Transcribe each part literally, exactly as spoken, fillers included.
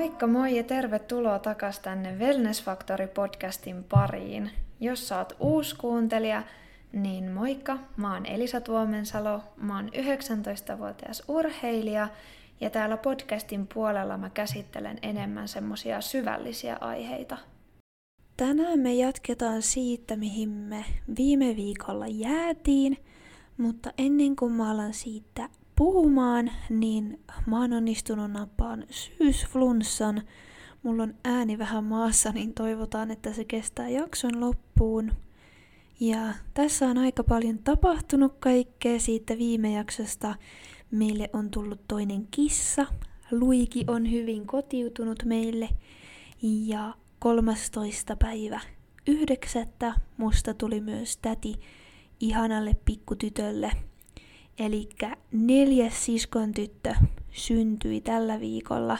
Moikka moi ja tervetuloa takas tänne Wellness Factory podcastin pariin. Jos sä oot uusi kuuntelija, niin moikka, mä oon Elisa Tuomensalo, mä oon yhdeksäntoistavuotias urheilija ja täällä podcastin puolella mä käsittelen enemmän semmosia syvällisiä aiheita. Tänään me jatketaan siitä, mihin me viime viikolla jäätiin, mutta ennen kuin mä alan siitä puhumaan, niin mä oon onnistunut nappaan syysflunssan. Mulla on ääni vähän maassa, niin toivotaan, että se kestää jakson loppuun. Ja tässä on aika paljon tapahtunut kaikkea siitä viime jaksosta. Meille on tullut toinen kissa. Luiki on hyvin kotiutunut meille. Ja kolmastoista päivä yhdeksättä musta tuli myös täti ihanalle pikkutytölle. Elikkä neljäs siskon tyttö syntyi tällä viikolla.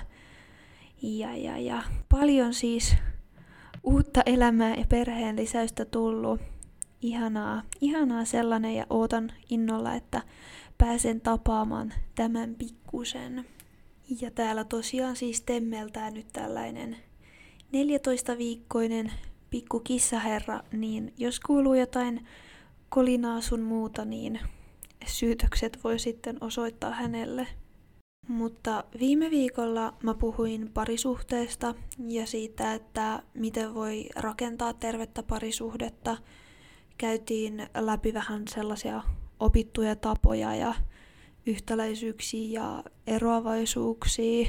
Ja, ja, ja paljon siis uutta elämää ja perheen lisäystä tullut. Ihanaa, ihanaa sellainen ja ootan innolla, että pääsen tapaamaan tämän pikkusen. Ja täällä tosiaan siis temmeltää nyt tällainen neljätoistaviikkoinen pikku kissaherra, niin jos kuuluu jotain kolinaa sun muuta, niin syytökset voi sitten osoittaa hänelle. Mutta viime viikolla mä puhuin parisuhteesta ja siitä, että miten voi rakentaa tervettä parisuhdetta. Käytiin läpi vähän sellaisia opittuja tapoja ja yhtäläisyyksiä ja eroavaisuuksia.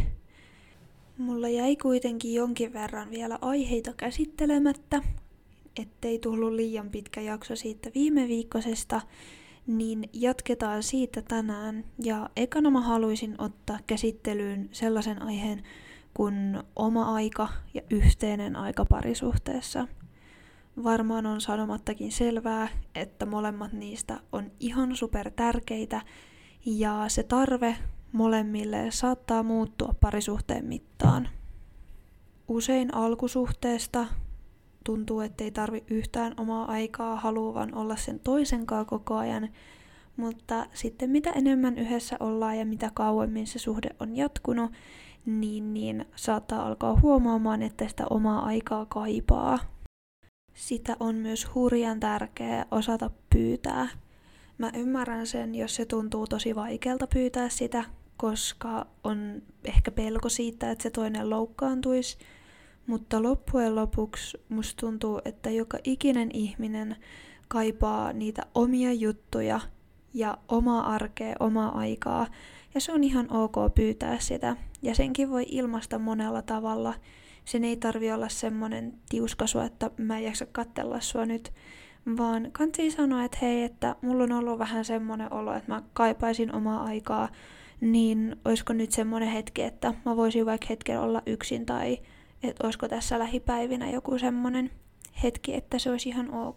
Mulla jäi kuitenkin jonkin verran vielä aiheita käsittelemättä, ettei tullut liian pitkä jakso siitä viime viikkoisesta, niin jatketaan siitä tänään. Ja ekana mä haluaisin ottaa käsittelyyn sellaisen aiheen kuin oma aika ja yhteinen aika parisuhteessa. Varmaan on sanomattakin selvää, että molemmat niistä on ihan super tärkeitä ja se tarve molemmille saattaa muuttua parisuhteen mittaan. Usein alkusuhteesta tuntuu, ettei tarvi yhtään omaa aikaa, haluavan olla sen toisenkaan koko ajan, mutta sitten mitä enemmän yhdessä ollaan ja mitä kauemmin se suhde on jatkunut, niin, niin saattaa alkaa huomaamaan, että sitä omaa aikaa kaipaa. Sitä on myös hurjan tärkeää osata pyytää. Mä ymmärrän sen, jos se tuntuu tosi vaikealta pyytää sitä, koska on ehkä pelko siitä, että se toinen loukkaantuisi. Mutta loppujen lopuksi musta tuntuu, että joka ikinen ihminen kaipaa niitä omia juttuja ja omaa arkea, omaa aikaa. Ja se on ihan ok pyytää sitä. Ja senkin voi ilmaista monella tavalla. Sen ei tarvi olla semmonen tiuskasu, että mä en jaksa katsella sua nyt. Vaan kansi sanoa, että hei, että mulla on ollut vähän semmonen olo, että mä kaipaisin omaa aikaa. Niin olisiko nyt semmonen hetki, että mä voisin vaikka hetken olla yksin tai että olisiko tässä lähipäivinä joku semmonen hetki, että se olisi ihan ok.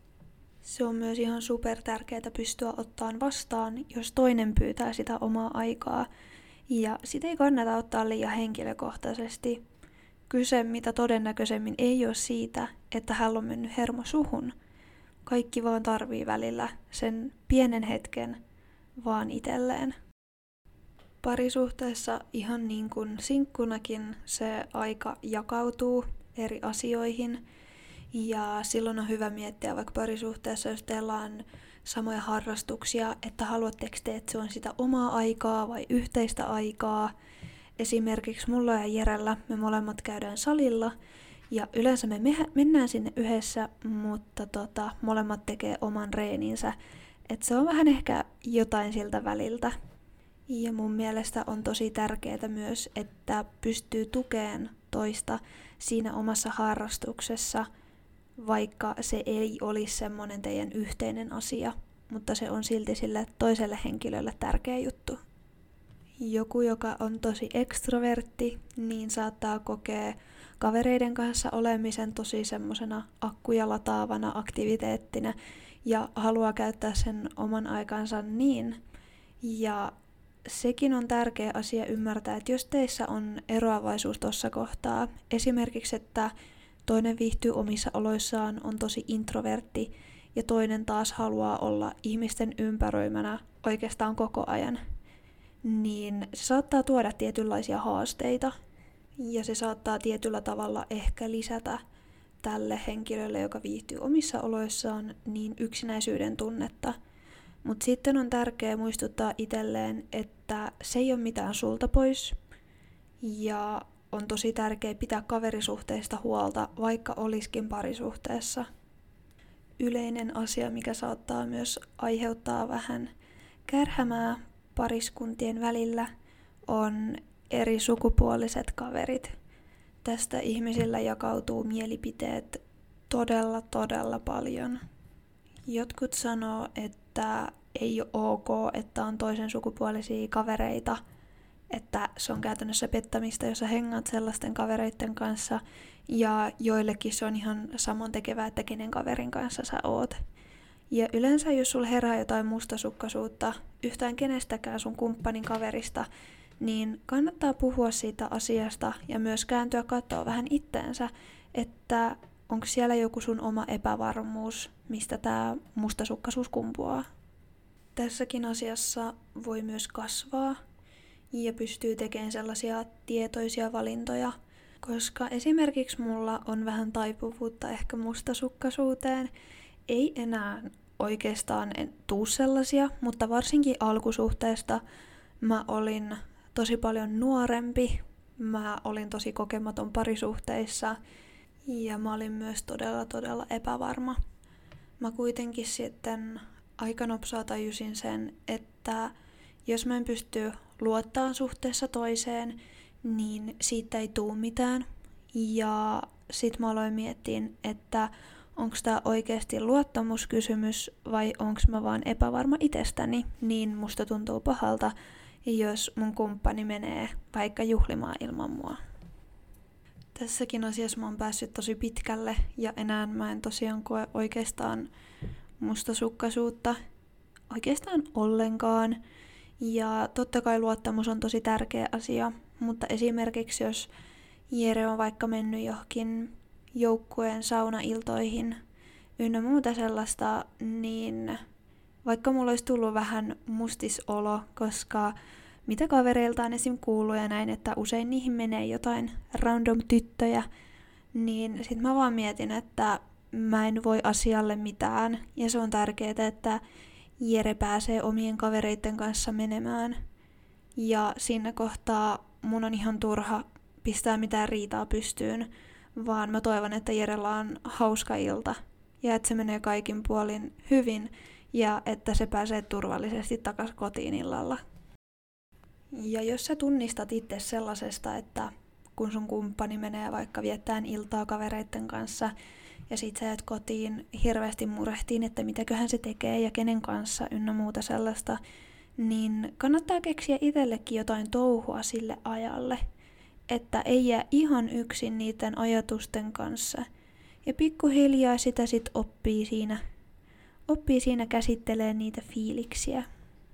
Se on myös ihan super tärkeää pystyä ottamaan vastaan, jos toinen pyytää sitä omaa aikaa. Ja sitä ei kannata ottaa liian henkilökohtaisesti. Kyse mitä todennäköisemmin ei ole siitä, että hän on mennyt hermo suhun. Kaikki vaan tarvii välillä sen pienen hetken vaan itselleen. Parisuhteessa ihan niin kuin sinkkunakin se aika jakautuu eri asioihin ja silloin on hyvä miettiä vaikka parisuhteessa, jos teillä on samoja harrastuksia, että haluatteko te, että se on sitä omaa aikaa vai yhteistä aikaa. Esimerkiksi mulla ja Jerellä me molemmat käydään salilla ja yleensä me mennään sinne yhdessä, mutta tota, molemmat tekee oman reeninsä, että se on vähän ehkä jotain siltä väliltä. Ja mun mielestä on tosi tärkeää myös, että pystyy tukeen toista siinä omassa harrastuksessa, vaikka se ei olisi semmoinen teidän yhteinen asia, mutta se on silti sille toiselle henkilölle tärkeä juttu. Joku, joka on tosi ekstrovertti, niin saattaa kokea kavereiden kanssa olemisen tosi semmosena akkuja lataavana aktiviteettina ja haluaa käyttää sen oman aikansa niin. Ja sekin on tärkeä asia ymmärtää, että jos teissä on eroavaisuus tuossa kohtaa, esimerkiksi että toinen viihtyy omissa oloissaan, on tosi introvertti ja toinen taas haluaa olla ihmisten ympäröimänä oikeastaan koko ajan, niin se saattaa tuoda tietynlaisia haasteita. Ja se saattaa tietyllä tavalla ehkä lisätä tälle henkilölle, joka viihtyy omissa oloissaan, niin yksinäisyyden tunnetta. Mutta sitten on tärkeää muistuttaa itselleen, että se ei ole mitään sulta pois. Ja on tosi tärkeää pitää kaverisuhteista huolta, vaikka olisikin parisuhteessa. Yleinen asia, mikä saattaa myös aiheuttaa vähän kärhämää pariskuntien välillä, on eri sukupuoliset kaverit. Tästä ihmisillä jakautuu mielipiteet todella, todella paljon. Jotkut sanoo, että ei ole ok, että on toisen sukupuolisia kavereita, että se on käytännössä pettämistä, jos sä hengaat sellaisten kavereiden kanssa, ja joillekin se on ihan samantekevää, että kenen kaverin kanssa sä oot. Ja yleensä, jos sulla herää jotain mustasukkaisuutta yhtään kenestäkään sun kumppanin kaverista, niin kannattaa puhua siitä asiasta ja myös kääntyä katsoa vähän itteensä, että onko siellä joku sun oma epävarmuus, mistä tää mustasukkaisuus kumpuaa. Tässäkin asiassa voi myös kasvaa ja pystyy tekemään sellaisia tietoisia valintoja, koska esimerkiksi mulla on vähän taipuvuutta ehkä mustasukkaisuuteen. Ei enää oikeastaan en tuu sellaisia, mutta varsinkin alkusuhteesta mä olin tosi paljon nuorempi, mä olin tosi kokematon parisuhteissa ja mä olin myös todella todella epävarma. Mä kuitenkin sitten aika nopsaa tajusin sen, että jos mä en pysty luottamaan suhteessa toiseen, niin siitä ei tule mitään. Ja sit mä aloin miettiä, että onko tää oikeasti luottamuskysymys vai onko mä vaan epävarma itsestäni, niin musta tuntuu pahalta, jos mun kumppani menee vaikka juhlimaan ilman mua. Tässäkin asiassa mä oon päässyt tosi pitkälle ja enää mä en tosiaan koe oikeastaan mustasukkaisuutta oikeastaan ollenkaan. Ja totta kai luottamus on tosi tärkeä asia, mutta esimerkiksi jos Jere on vaikka mennyt johonkin joukkueen saunailtoihin ynnä muuta sellaista, niin vaikka mulla olisi tullut vähän mustisolo, koska mitä kavereiltaan esim. Kuuluu ja näin, että usein niihin menee jotain random tyttöjä, niin sit mä vaan mietin, että mä en voi asialle mitään, ja se on tärkeää, että Jere pääsee omien kavereiden kanssa menemään. Ja siinä kohtaa mun on ihan turha pistää mitään riitaa pystyyn, vaan mä toivon, että Jerellä on hauska ilta ja että se menee kaikin puolin hyvin ja että se pääsee turvallisesti takaisin kotiin illalla. Ja jos sä tunnistat itse sellaisesta, että kun sun kumppani menee vaikka viettään iltaa kavereiden kanssa ja sit sä et kotiin hirveästi murehtiin, että mitäköhän se tekee ja kenen kanssa ynnä muuta sellaista, niin kannattaa keksiä itsellekin jotain touhua sille ajalle, että ei jää ihan yksin niiden ajatusten kanssa. Ja pikkuhiljaa sitä sit oppii siinä, oppii siinä käsittelee niitä fiiliksiä.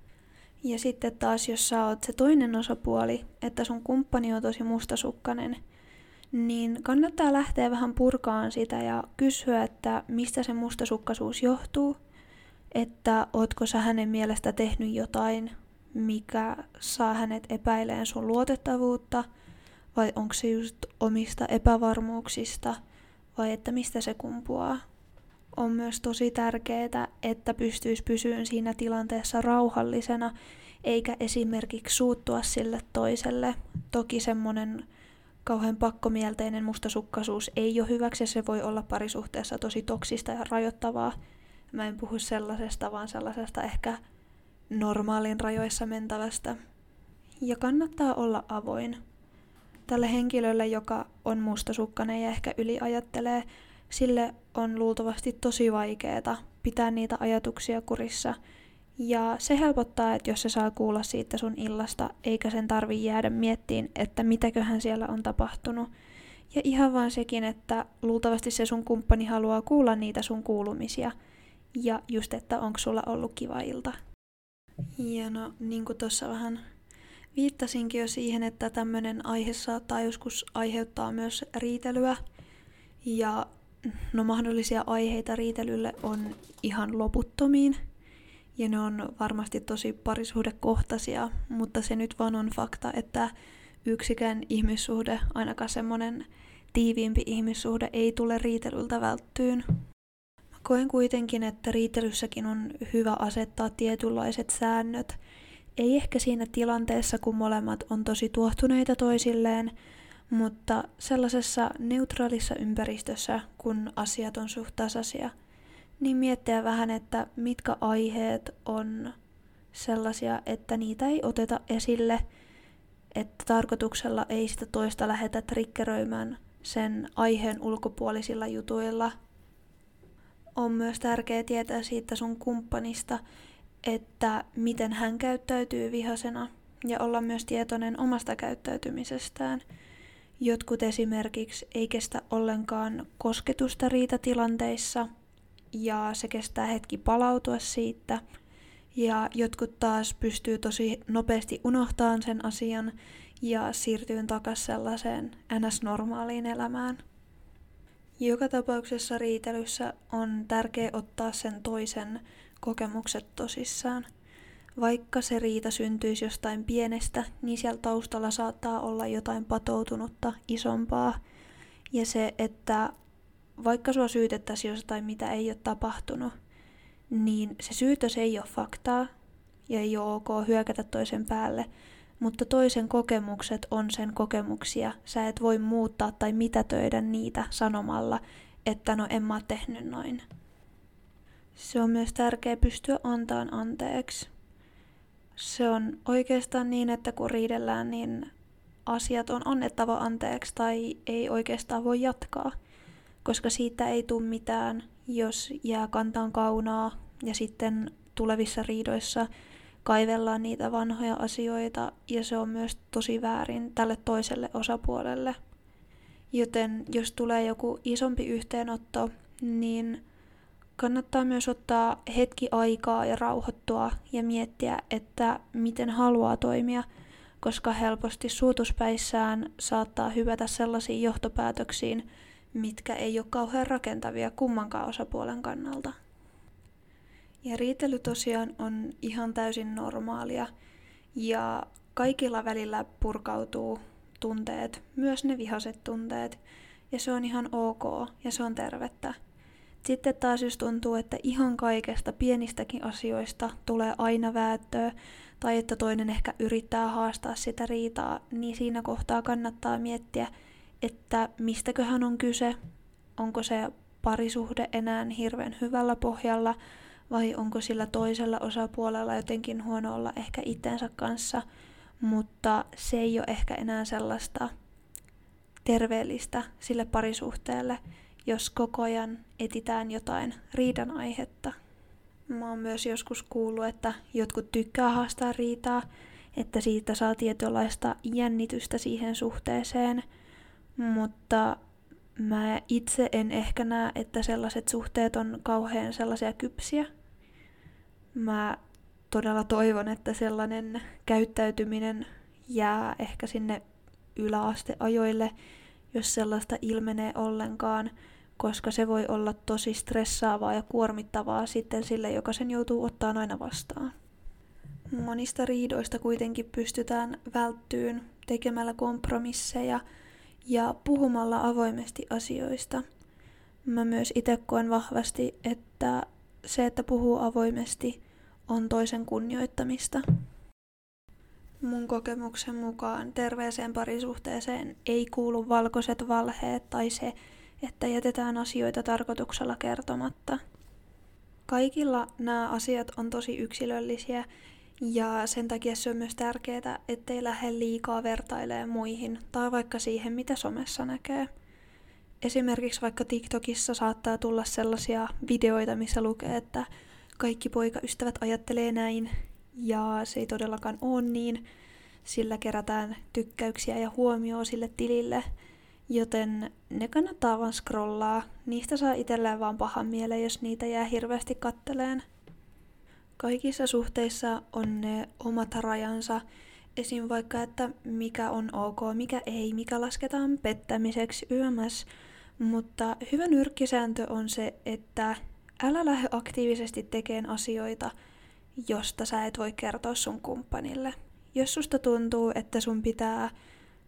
Ja sitten taas, jos sä oot se toinen osapuoli, että sun kumppani on tosi mustasukkainen, niin kannattaa lähteä vähän purkaan sitä ja kysyä, että mistä se mustasukkaisuus johtuu, että ootko sä hänen mielestä tehnyt jotain, mikä saa hänet epäileen sun luotettavuutta, vai onko se just omista epävarmuuksista, vai että mistä se kumpuaa. On myös tosi tärkeää, että pystyisi pysyyn siinä tilanteessa rauhallisena, eikä esimerkiksi suuttua sille toiselle. Toki semmoinen kauhean pakkomielteinen mustasukkaisuus ei ole hyväksi, ja se voi olla parisuhteessa tosi toksista ja rajoittavaa. Mä en puhu sellaisesta, vaan sellaisesta ehkä normaalin rajoissa mentävästä. Ja kannattaa olla avoin. Tälle henkilölle, joka on mustasukkainen ja ehkä yliajattelee, sille on luultavasti tosi vaikeaa pitää niitä ajatuksia kurissa. Ja se helpottaa, että jos se saa kuulla siitä sun illasta, eikä sen tarvi jäädä miettiin, että mitäköhän siellä on tapahtunut. Ja ihan vaan sekin, että luultavasti se sun kumppani haluaa kuulla niitä sun kuulumisia. Ja just, että onko sulla ollut kiva ilta. Ja no, niin kuin tuossa vähän viittasinkin jo siihen, että tämmöinen aihe saattaa joskus aiheuttaa myös riitelyä. Ja no mahdollisia aiheita riitelylle on ihan loputtomiin. Ja ne on varmasti tosi parisuhdekohtaisia, mutta se nyt vaan on fakta, että yksikään ihmissuhde, ainakaan semmoinen tiiviimpi ihmissuhde, ei tule riitelyltä välttyyn. Mä koen kuitenkin, että riitelyssäkin on hyvä asettaa tietynlaiset säännöt. Ei ehkä siinä tilanteessa, kun molemmat on tosi tuohtuneita toisilleen, mutta sellaisessa neutraalissa ympäristössä, kun asiat on suht tasaisia, niin miettiä vähän, että mitkä aiheet on sellaisia, että niitä ei oteta esille, että tarkoituksella ei sitä toista lähdetä triggeröimään sen aiheen ulkopuolisilla jutuilla. On myös tärkeää tietää siitä sun kumppanista, että miten hän käyttäytyy vihasena ja olla myös tietoinen omasta käyttäytymisestään. Jotkut esimerkiksi ei kestä ollenkaan kosketusta riitatilanteissa ja se kestää hetki palautua siitä. Ja jotkut taas pystyy tosi nopeasti unohtamaan sen asian ja siirtyy takaisin sellaiseen ns-normaaliin elämään. Joka tapauksessa riitelyssä on tärkeää ottaa sen toisen kokemukset tosissaan. Vaikka se riita syntyisi jostain pienestä, niin siellä taustalla saattaa olla jotain patoutunutta, isompaa. Ja se, että vaikka sua syytettäisiin jostain, mitä ei ole tapahtunut, niin se syytös ei ole faktaa ja ei ole ok hyökätä toisen päälle, mutta toisen kokemukset on sen kokemuksia. Sä et voi muuttaa tai mitätöidä niitä sanomalla, että no en mä ole tehnyt noin. Se on myös tärkeää pystyä antamaan anteeksi. Se on oikeastaan niin, että kun riidellään, niin asiat on annettava anteeksi tai ei oikeastaan voi jatkaa, koska siitä ei tule mitään, jos jää kantaan kaunaa ja sitten tulevissa riidoissa kaivellaan niitä vanhoja asioita ja se on myös tosi väärin tälle toiselle osapuolelle. Joten jos tulee joku isompi yhteenotto, niin kannattaa myös ottaa hetki aikaa ja rauhoittua ja miettiä, että miten haluaa toimia, koska helposti suutuspäissään saattaa hyvätä sellaisiin johtopäätöksiin, mitkä ei ole kauhean rakentavia kummankaan osapuolen kannalta. Ja riitely tosiaan on ihan täysin normaalia ja kaikilla välillä purkautuu tunteet, myös ne vihaset tunteet, ja se on ihan ok ja se on tervettä. Sitten taas jos tuntuu, että ihan kaikesta pienistäkin asioista tulee aina väättöä, tai että toinen ehkä yrittää haastaa sitä riitaa, niin siinä kohtaa kannattaa miettiä, että mistäköhän on kyse, onko se parisuhde enää hirveän hyvällä pohjalla, vai onko sillä toisella osapuolella jotenkin huono olla ehkä itsensä kanssa, mutta se ei ole ehkä enää sellaista terveellistä sille parisuhteelle, jos koko ajan etsitään jotain riidan aihetta. Mä oon myös joskus kuullut, että jotkut tykkää haastaa riitaa, että siitä saa tietynlaista jännitystä siihen suhteeseen, mutta mä itse en ehkä näe, että sellaiset suhteet on kauhean sellaisia kypsiä. Mä todella toivon, että sellainen käyttäytyminen jää ehkä sinne yläasteajoille, jos sellaista ilmenee ollenkaan, koska se voi olla tosi stressaavaa ja kuormittavaa sitten sille, joka sen joutuu ottaa aina vastaan. Monista riidoista kuitenkin pystytään välttyyn tekemällä kompromisseja ja puhumalla avoimesti asioista. Mä myös itse koen vahvasti, että se, että puhuu avoimesti, on toisen kunnioittamista. Mun kokemuksen mukaan terveeseen parisuhteeseen ei kuulu valkoiset valheet tai se, että jätetään asioita tarkoituksella kertomatta. Kaikilla nämä asiat on tosi yksilöllisiä ja sen takia se on myös tärkeää, ettei lähde liikaa vertailemaan muihin tai vaikka siihen, mitä somessa näkee. Esimerkiksi vaikka TikTokissa saattaa tulla sellaisia videoita, missä lukee, että kaikki poikaystävät ajattelee näin ja se ei todellakaan ole niin, sillä kerätään tykkäyksiä ja huomioon sille tilille. Joten ne kannattaa vaan scrollaa. Niistä saa itselleen vaan pahan mieleen, jos niitä jää hirveästi katteleen. Kaikissa suhteissa on ne omat rajansa. Esim. Vaikka, että mikä on ok, mikä ei, mikä lasketaan pettämiseksi yömäs. Mutta hyvä nyrkkisääntö on se, että älä lähde aktiivisesti tekemään asioita, josta sä et voi kertoa sun kumppanille. Jos susta tuntuu, että sun pitää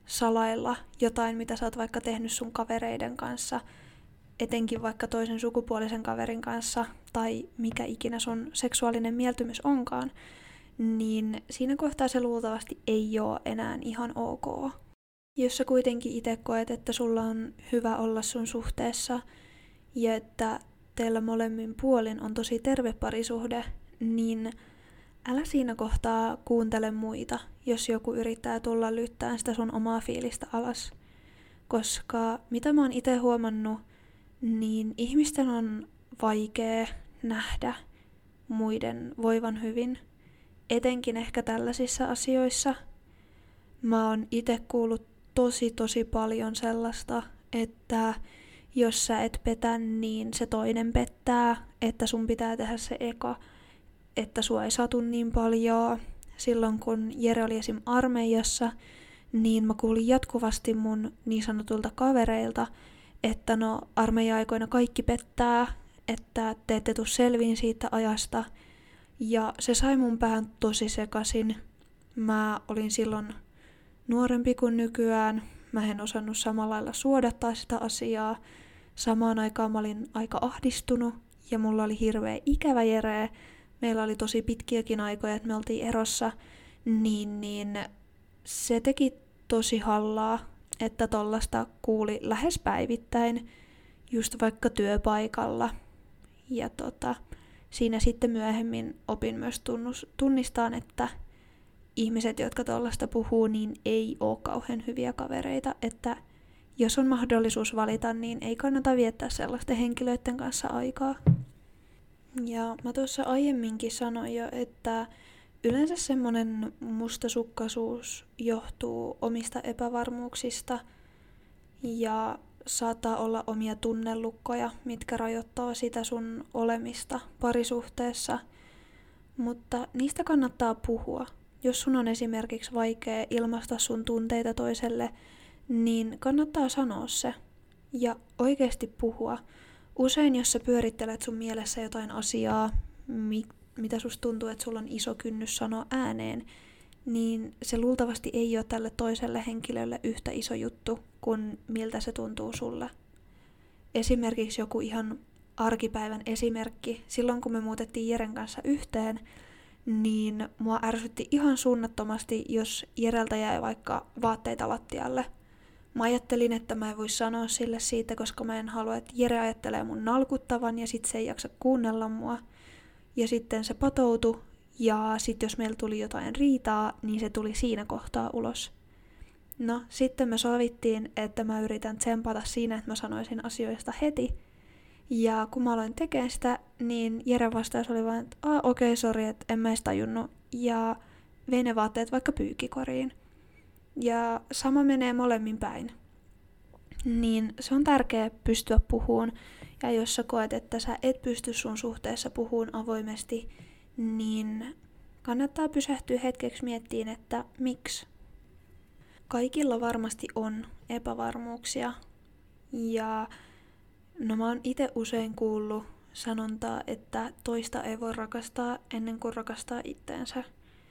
salailla jotain, mitä sä oot vaikka tehnyt sun kavereiden kanssa, etenkin vaikka toisen sukupuolisen kaverin kanssa, tai mikä ikinä sun seksuaalinen mieltymys onkaan, niin siinä kohtaa se luultavasti ei ole enää ihan ok. Jos sä kuitenkin itse koet, että sulla on hyvä olla sun suhteessa, ja että teillä molemmin puolin on tosi terve parisuhde, niin älä siinä kohtaa kuuntele muita, jos joku yrittää tulla lyttään sitä sun omaa fiilistä alas. Koska mitä mä oon itse huomannut, niin ihmisten on vaikea nähdä muiden voivan hyvin. Etenkin ehkä tällaisissa asioissa. Mä oon itse kuullut tosi tosi paljon sellaista, että jos sä et petä, niin se toinen pettää, että sun pitää tehdä se eka, että sua ei satu niin paljon. Silloin kun Jere oli esim. Armeijassa, niin mä kuulin jatkuvasti mun niin sanotulta kavereilta, että no armeija-aikoina kaikki pettää, että te ette tuu selviin siitä ajasta. Ja se sai mun pään tosi sekasin. Mä olin silloin nuorempi kuin nykyään. Mä en osannut samalla lailla suodattaa sitä asiaa. Samaan aikaan mä olin aika ahdistunut ja mulla oli hirveä ikävä Jere. Meillä oli tosi pitkiäkin aikoja, että me oltiin erossa. Niin, niin se teki tosi hallaa, että tollasta kuuli lähes päivittäin, just vaikka työpaikalla. Ja tota, siinä sitten myöhemmin opin myös tunnus, tunnistaan, että ihmiset, jotka tollasta puhuu, niin ei ole kauhean hyviä kavereita, että jos on mahdollisuus valita, niin ei kannata viettää sellaisten henkilöiden kanssa aikaa. Ja mä tuossa aiemminkin sanoin jo, että yleensä semmoinen mustasukkaisuus johtuu omista epävarmuuksista ja saattaa olla omia tunnelukkoja, mitkä rajoittaa sitä sun olemista parisuhteessa, mutta niistä kannattaa puhua. Jos sun on esimerkiksi vaikea ilmaista sun tunteita toiselle, niin kannattaa sanoa se ja oikeasti puhua. Usein jos sä pyörittelet sun mielessä jotain asiaa, mi- mitä susta tuntuu, että sulla on iso kynnys sanoa ääneen, niin se luultavasti ei ole tälle toiselle henkilölle yhtä iso juttu kuin miltä se tuntuu sulle. Esimerkiksi joku ihan arkipäivän esimerkki. Silloin kun me muutettiin Jeren kanssa yhteen, niin mua ärsytti ihan suunnattomasti, jos Jereltä jäi vaikka vaatteita lattialle. Mä ajattelin, että mä en voi sanoa sille siitä, koska mä en halua, että Jere ajattelee mun nalkuttavan ja sit se ei jaksa kuunnella mua. Ja sitten se patoutui ja sitten jos meillä tuli jotain riitaa, niin se tuli siinä kohtaa ulos. No sitten me sovittiin, että mä yritän tsempata siinä, että mä sanoisin asioista heti. Ja kun mä aloin tekemään sitä, niin Jeren vastaus oli vaan, että aah okei, okay, sori, että en mä edes tajunnut. Ja vein ne vaatteet vaikka pyykkikoriin. Ja sama menee molemmin päin. Niin se on tärkeää pystyä puhumaan. Ja jos sä koet, että sä et pysty sun suhteessa puhumaan avoimesti, niin kannattaa pysähtyä hetkeksi miettiin, että miksi. Kaikilla varmasti on epävarmuuksia. Ja no mä oon itse usein kuullut sanontaa, että toista ei voi rakastaa ennen kuin rakastaa itteensä.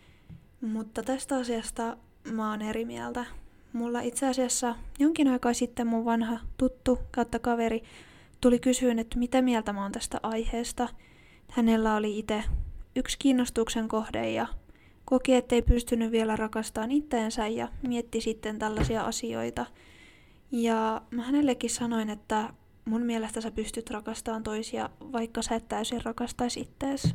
Mutta tästä asiasta mä oon eri mieltä. Mulla itse asiassa jonkin aikaa sitten mun vanha tuttu kautta kaveri tuli kysyyn, että mitä mieltä mä oon tästä aiheesta. Hänellä oli itse yksi kiinnostuksen kohde ja koki, ettei pystynyt vielä rakastamaan itteensä ja mietti sitten tällaisia asioita. Ja mä hänellekin sanoin, että mun mielestä sä pystyt rakastamaan toisia, vaikka sä et täysin rakastaisi ittees.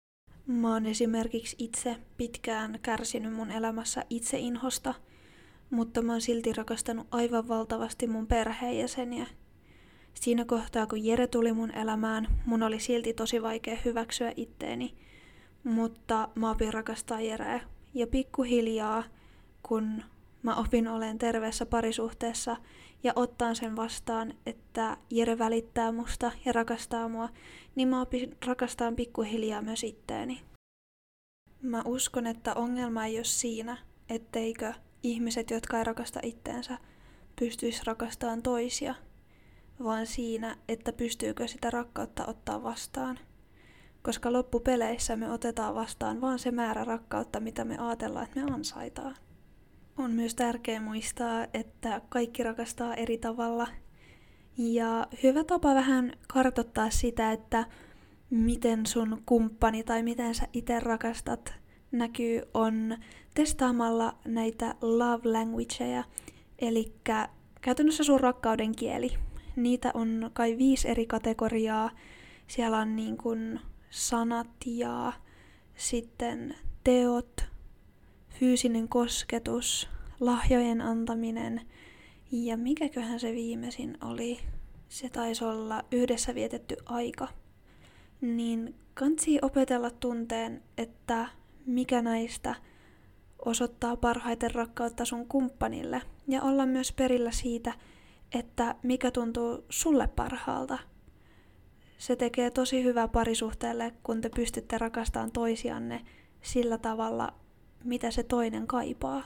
Mä oon esimerkiksi itse pitkään kärsinyt mun elämässä itseinhosta, mutta mä oon silti rakastanut aivan valtavasti mun perheenjäseniä. Siinä kohtaa, kun Jere tuli mun elämään, mun oli silti tosi vaikea hyväksyä itteeni, mutta mä opin rakastaa Jereä. Ja pikkuhiljaa, kun mä opin olen terveessä parisuhteessa ja ottaan sen vastaan, että Jere välittää musta ja rakastaa mua, niin mä opin rakastaan pikkuhiljaa myös itteeni. Mä uskon, että ongelma ei ole siinä, etteikö ihmiset, jotka ei rakasta itteensä, pystyisi rakastamaan toisia, vaan siinä, että pystyykö sitä rakkautta ottaa vastaan. Koska loppupeleissä me otetaan vastaan vaan se määrä rakkautta, mitä me ajatellaan, että me ansaitaan. On myös tärkeää muistaa, että kaikki rakastaa eri tavalla. Ja hyvä tapa vähän kartoittaa sitä, että miten sun kumppani tai miten sä itse rakastat näkyy, on testaamalla näitä love languageja, eli käytännössä sun rakkauden kieli. Niitä on kai viisi eri kategoriaa. Siellä on niin kuin sanat ja sitten teot, fyysinen kosketus, lahjojen antaminen ja mikäköhän se viimeisin oli. Se taisi olla yhdessä vietetty aika. Niin kansi opetella tunteen, että mikä näistä osoittaa parhaiten rakkautta sun kumppanille ja olla myös perillä siitä, että mikä tuntuu sulle parhaalta. Se tekee tosi hyvää parisuhteelle, kun te pystytte rakastamaan toisianne sillä tavalla, mitä se toinen kaipaa.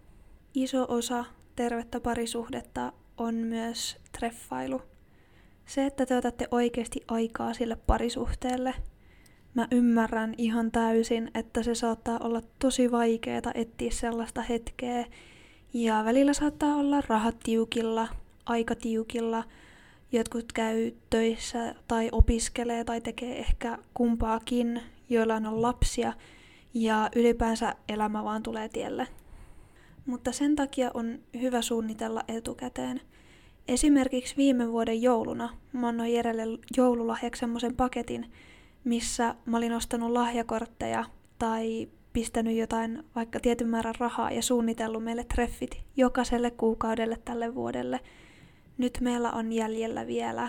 Iso osa tervettä parisuhdetta on myös treffailu. Se, että te otatte oikeasti aikaa sille parisuhteelle. Mä ymmärrän ihan täysin, että se saattaa olla tosi vaikeaa etsiä sellaista hetkeä. Ja välillä saattaa olla rahat tiukilla, aika tiukilla. Jotkut käy töissä tai opiskelee tai tekee ehkä kumpaakin, joilla on lapsia. Ja ylipäänsä elämä vaan tulee tielle. Mutta sen takia on hyvä suunnitella etukäteen. Esimerkiksi viime vuoden jouluna mä annoin Jerelle joululahjaksi semmoisen paketin, missä mä olin ostanut lahjakortteja tai pistänyt jotain vaikka tietyn määrän rahaa ja suunnitellut meille treffit jokaiselle kuukaudelle tälle vuodelle. Nyt meillä on jäljellä vielä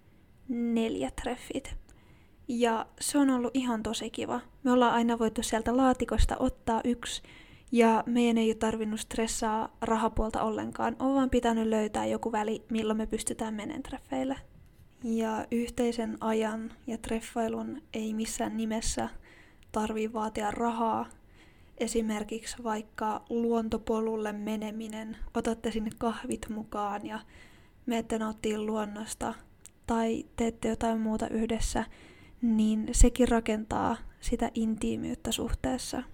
neljä treffit. Ja se on ollut ihan tosi kiva. Me ollaan aina voitu sieltä laatikosta ottaa yksi ja meidän ei ole tarvinnut stressaa rahapuolta ollenkaan. On vaan pitänyt löytää joku väli, milloin me pystytään menemään treffeille. Ja yhteisen ajan ja treffailun ei missään nimessä tarvii vaatia rahaa. Esimerkiksi vaikka luontopolulle meneminen, otatte sinne kahvit mukaan ja menette nauttii luonnosta tai teette jotain muuta yhdessä, niin sekin rakentaa sitä intiimiyttä suhteessa.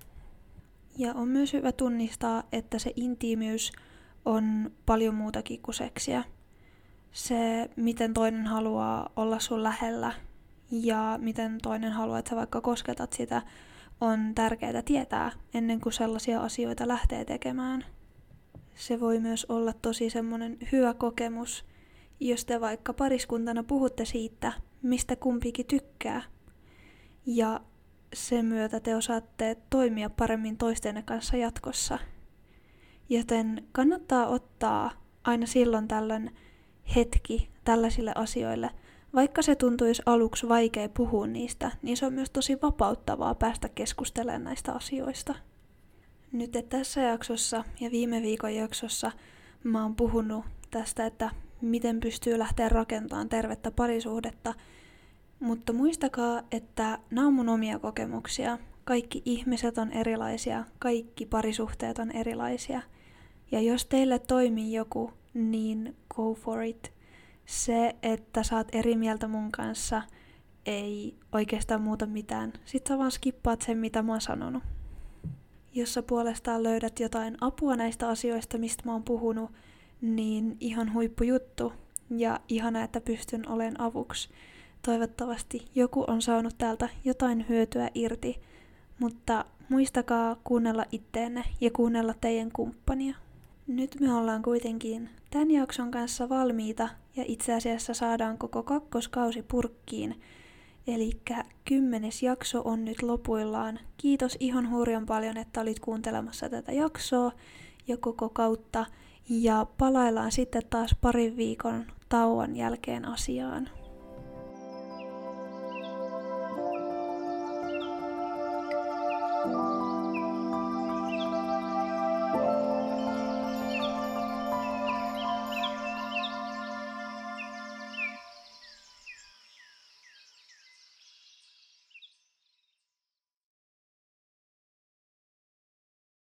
Ja on myös hyvä tunnistaa, että se intiimiys on paljon muutakin kuin seksiä. Se, miten toinen haluaa olla sun lähellä ja miten toinen haluaa, että sä vaikka kosketat sitä, on tärkeää tietää ennen kuin sellaisia asioita lähtee tekemään. Se voi myös olla tosi semmoinen hyvä kokemus, jos te vaikka pariskuntana puhutte siitä, mistä kumpikin tykkää. Ja sen myötä te osaatte toimia paremmin toistenne kanssa jatkossa. Joten kannattaa ottaa aina silloin tällöin hetki tällaisille asioille. Vaikka se tuntuisi aluksi vaikea puhua niistä, niin se on myös tosi vapauttavaa päästä keskustelemaan näistä asioista. Nyt tässä jaksossa ja viime viikon jaksossa mä oon puhunut tästä, että miten pystyy lähteä rakentamaan tervettä parisuhdetta. Mutta muistakaa, että nämä on mun omia kokemuksia. Kaikki ihmiset on erilaisia, kaikki parisuhteet on erilaisia. Ja jos teille toimii joku, niin go for it. Se, että sä oot eri mieltä mun kanssa, ei oikeastaan muuta mitään. Sitten sä vaan skippaat sen, mitä mä oon sanonut. Jos sä puolestaan löydät jotain apua näistä asioista, mistä mä oon puhunut, niin ihan huippujuttu. Ja ihana, että pystyn olemaan avuksi. Toivottavasti joku on saanut täältä jotain hyötyä irti, mutta muistakaa kuunnella itteenne ja kuunnella teidän kumppania. Nyt me ollaan kuitenkin tämän jakson kanssa valmiita ja itse asiassa saadaan koko kakkoskausi purkkiin. Eli kymmenes jakso on nyt lopuillaan. Kiitos ihan hurjan paljon, että olit kuuntelemassa tätä jaksoa ja koko kautta. Ja palaillaan sitten taas parin viikon tauon jälkeen asiaan.